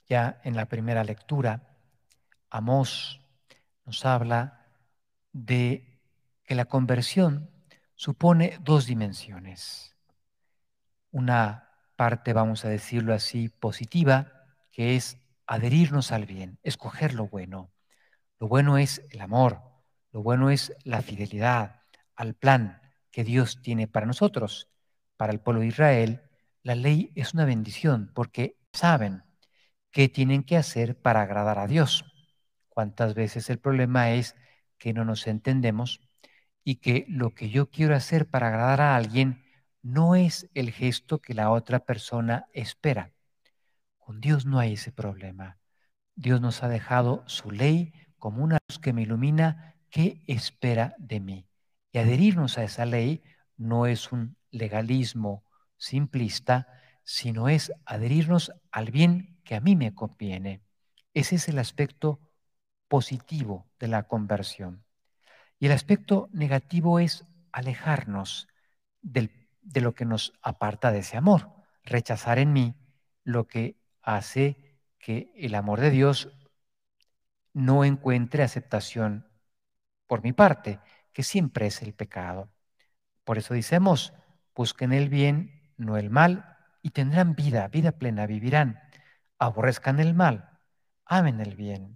Ya en la primera lectura, Amós nos habla de que la conversión supone dos dimensiones. Una parte, vamos a decirlo así, positiva, que es adherirnos al bien, escoger lo bueno. Lo bueno es el amor, lo bueno es la fidelidad al plan que Dios tiene para nosotros. Para el pueblo de Israel, la ley es una bendición porque saben qué tienen que hacer para agradar a Dios. ¿Cuántas veces el problema es que no nos entendemos y que lo que yo quiero hacer para agradar a alguien no es el gesto que la otra persona espera? Con Dios no hay ese problema. Dios nos ha dejado su ley como una luz que me ilumina qué espera de mí. Y adherirnos a esa ley no es un legalismo simplista, sino es adherirnos al bien que a mí me conviene. Ese es el aspecto positivo de la conversión. Y el aspecto negativo es alejarnos de lo que nos aparta de ese amor, rechazar en mí lo que hace que el amor de Dios no encuentre aceptación por mi parte, que siempre es el pecado. Por eso decimos, busquen el bien, no el mal, y tendrán vida, vida plena, vivirán. Aborrezcan el mal, amen el bien.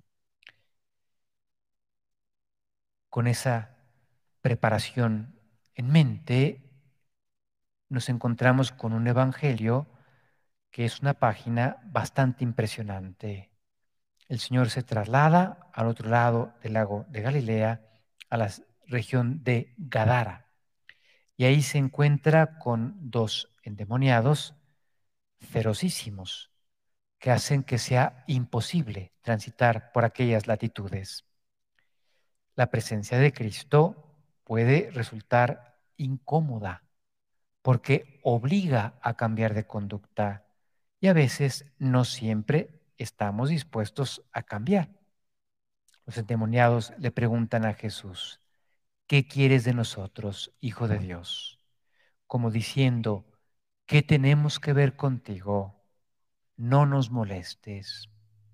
Con esa preparación en mente, nos encontramos con un evangelio que es una página bastante impresionante. El Señor se traslada al otro lado del lago de Galilea, a la región de Gadara, y ahí se encuentra con dos endemoniados ferocísimos que hacen que sea imposible transitar por aquellas latitudes. La presencia de Cristo puede resultar incómoda porque obliga a cambiar de conducta y a veces no siempre estamos dispuestos a cambiar. Los endemoniados le preguntan a Jesús, ¿qué quieres de nosotros, Hijo de Dios? Como diciendo, ¿qué tenemos que ver contigo? No nos molestes.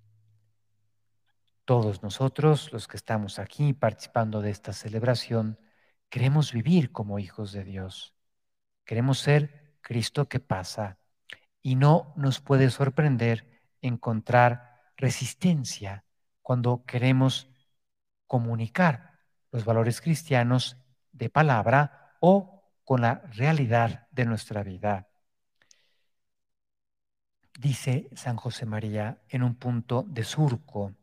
Todos nosotros, los que estamos aquí participando de esta celebración, queremos vivir como hijos de Dios. Queremos ser Cristo que pasa y no nos puede sorprender encontrar resistencia cuando queremos comunicar los valores cristianos de palabra o con la realidad de nuestra vida. Dice San José María en un punto de surco,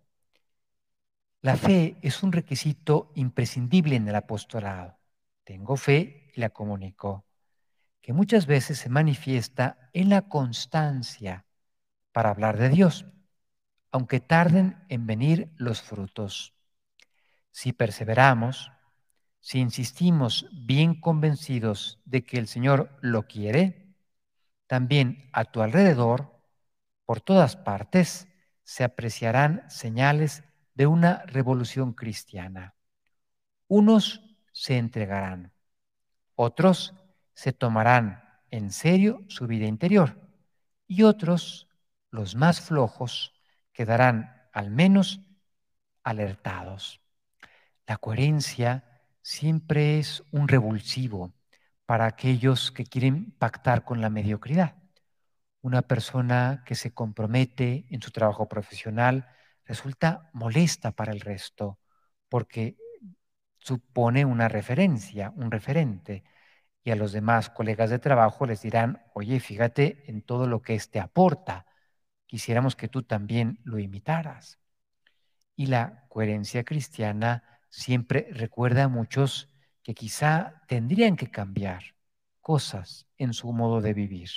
la fe es un requisito imprescindible en el apostolado. Tengo fe y la comunico, que muchas veces se manifiesta en la constancia para hablar de Dios, aunque tarden en venir los frutos. Si perseveramos, si insistimos bien convencidos de que el Señor lo quiere, también a tu alrededor, por todas partes, se apreciarán señales de una revolución cristiana. Unos se entregarán, otros se tomarán en serio su vida interior y otros, los más flojos, quedarán al menos alertados. La coherencia siempre es un revulsivo para aquellos que quieren pactar con la mediocridad. Una persona que se compromete en su trabajo profesional resulta molesta para el resto porque supone una referencia, un referente, y a los demás colegas de trabajo les dirán, oye, fíjate en todo lo que éste aporta, quisiéramos que tú también lo imitaras. Y la coherencia cristiana siempre recuerda a muchos que quizá tendrían que cambiar cosas en su modo de vivir.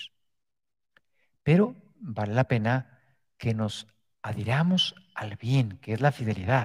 Pero vale la pena que nos adhiramos al bien, que es la fidelidad.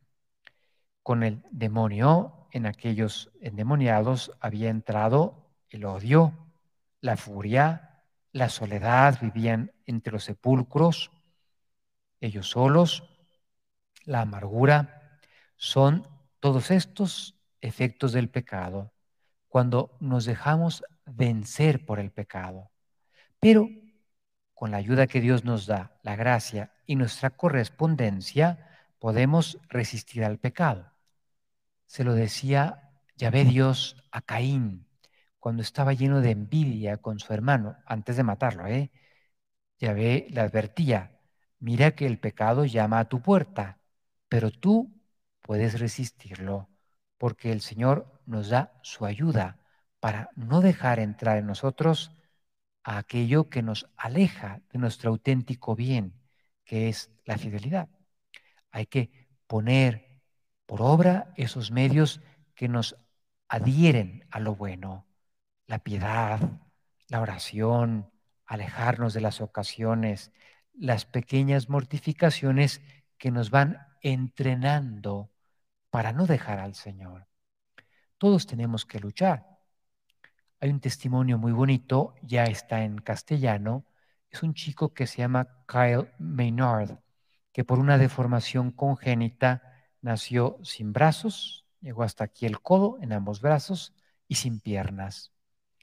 Con el demonio, en aquellos endemoniados había entrado el odio, la furia, la soledad, vivían entre los sepulcros, ellos solos, la amargura, son todos estos efectos del pecado cuando nos dejamos vencer por el pecado. Pero con la ayuda que Dios nos da, la gracia y nuestra correspondencia, podemos resistir al pecado. Se lo decía Yahvé Dios a Caín cuando estaba lleno de envidia con su hermano, antes de matarlo. Yahvé le advertía, mira que el pecado llama a tu puerta, pero tú puedes resistirlo, porque el Señor nos da su ayuda para no dejar entrar en nosotros a aquello que nos aleja de nuestro auténtico bien, que es la fidelidad. Hay que poner por obra esos medios que nos adhieren a lo bueno, la piedad, la oración, alejarnos de las ocasiones, las pequeñas mortificaciones que nos van entrenando para no dejar al Señor. Todos tenemos que luchar. Hay un testimonio muy bonito, ya está en castellano. Es un chico que se llama Kyle Maynard, que por una deformación congénita nació sin brazos, llegó hasta aquí el codo en ambos brazos y sin piernas.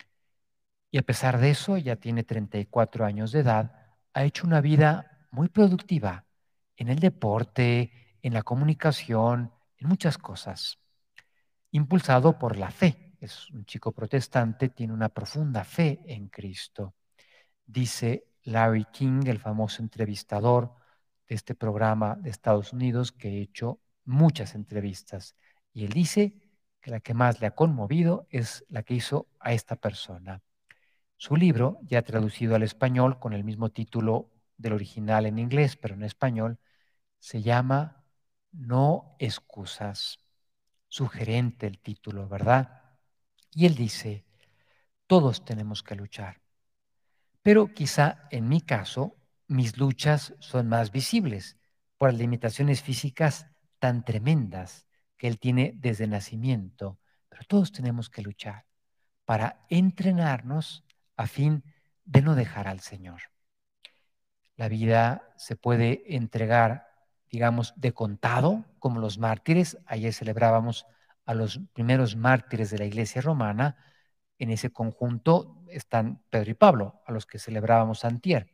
Y a pesar de eso, ya tiene 34 años de edad, ha hecho una vida muy productiva en el deporte, en la comunicación, en muchas cosas, impulsado por la fe. Es un chico protestante, tiene una profunda fe en Cristo. Dice Larry King, el famoso entrevistador de este programa de Estados Unidos, que ha hecho muchas entrevistas. Y él dice que la que más le ha conmovido es la que hizo a esta persona. Su libro, ya traducido al español con el mismo título del original en inglés, pero en español, se llama No excusas. Sugerente el título, ¿verdad? Y él dice, todos tenemos que luchar, pero quizá en mi caso, mis luchas son más visibles por las limitaciones físicas tan tremendas que él tiene desde nacimiento, pero todos tenemos que luchar para entrenarnos a fin de no dejar al Señor. La vida se puede entregar, digamos, de contado, como los mártires. Ayer celebrábamos a los primeros mártires de la Iglesia romana. En ese conjunto están Pedro y Pablo, a los que celebrábamos antier.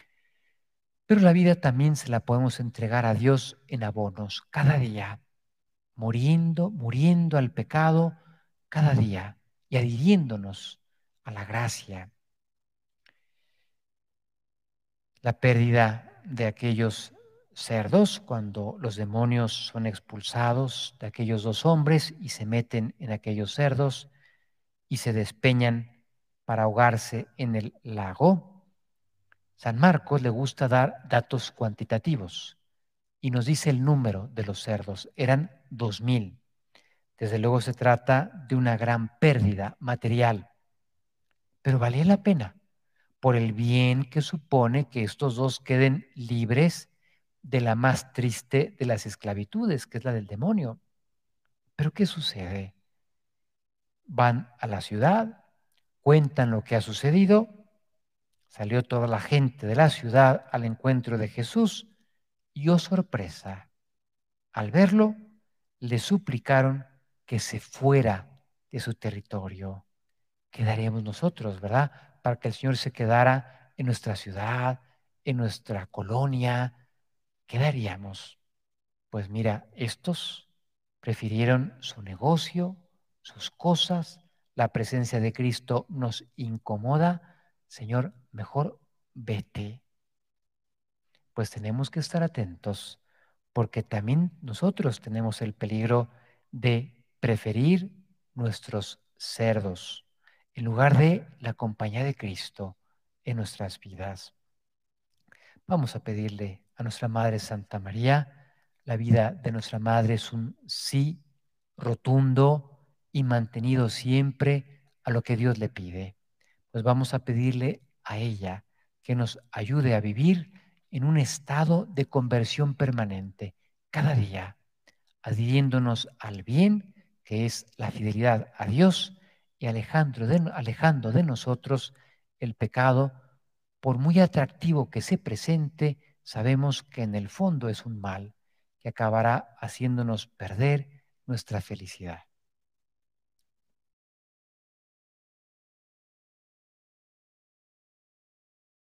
Pero la vida también se la podemos entregar a Dios en abonos, cada día, muriendo al pecado cada día y adhiriéndonos a la gracia. La pérdida de aquellos cerdos cuando los demonios son expulsados de aquellos dos hombres y se meten en aquellos cerdos y se despeñan para ahogarse en el lago. San Marcos le gusta dar datos cuantitativos y nos dice el número de los cerdos. Eran 2000. Desde luego se trata de una gran pérdida material, pero valía la pena por el bien que supone que estos dos queden libres de la más triste de las esclavitudes, que es la del demonio. Pero ¿qué sucede? Van a la ciudad, cuentan lo que ha sucedido, salió toda la gente de la ciudad al encuentro de Jesús y, oh sorpresa, al verlo, le suplicaron que se fuera de su territorio. Quedaríamos nosotros, ¿verdad? Para que el Señor se quedara en nuestra ciudad, en nuestra colonia, quedaríamos. Pues mira, estos prefirieron su negocio, sus cosas, la presencia de Cristo nos incomoda. Señor, mejor vete. Pues tenemos que estar atentos porque también nosotros tenemos el peligro de preferir nuestros cerdos en lugar de la compañía de Cristo en nuestras vidas. Vamos a pedirle a nuestra Madre Santa María. La vida de nuestra Madre es un sí rotundo y mantenido siempre a lo que Dios le pide. Pues vamos a pedirle a ella que nos ayude a vivir en un estado de conversión permanente, cada día, adhiriéndonos al bien, que es la fidelidad a Dios, y alejando de nosotros el pecado. Por muy atractivo que se presente, sabemos que en el fondo es un mal que acabará haciéndonos perder nuestra felicidad.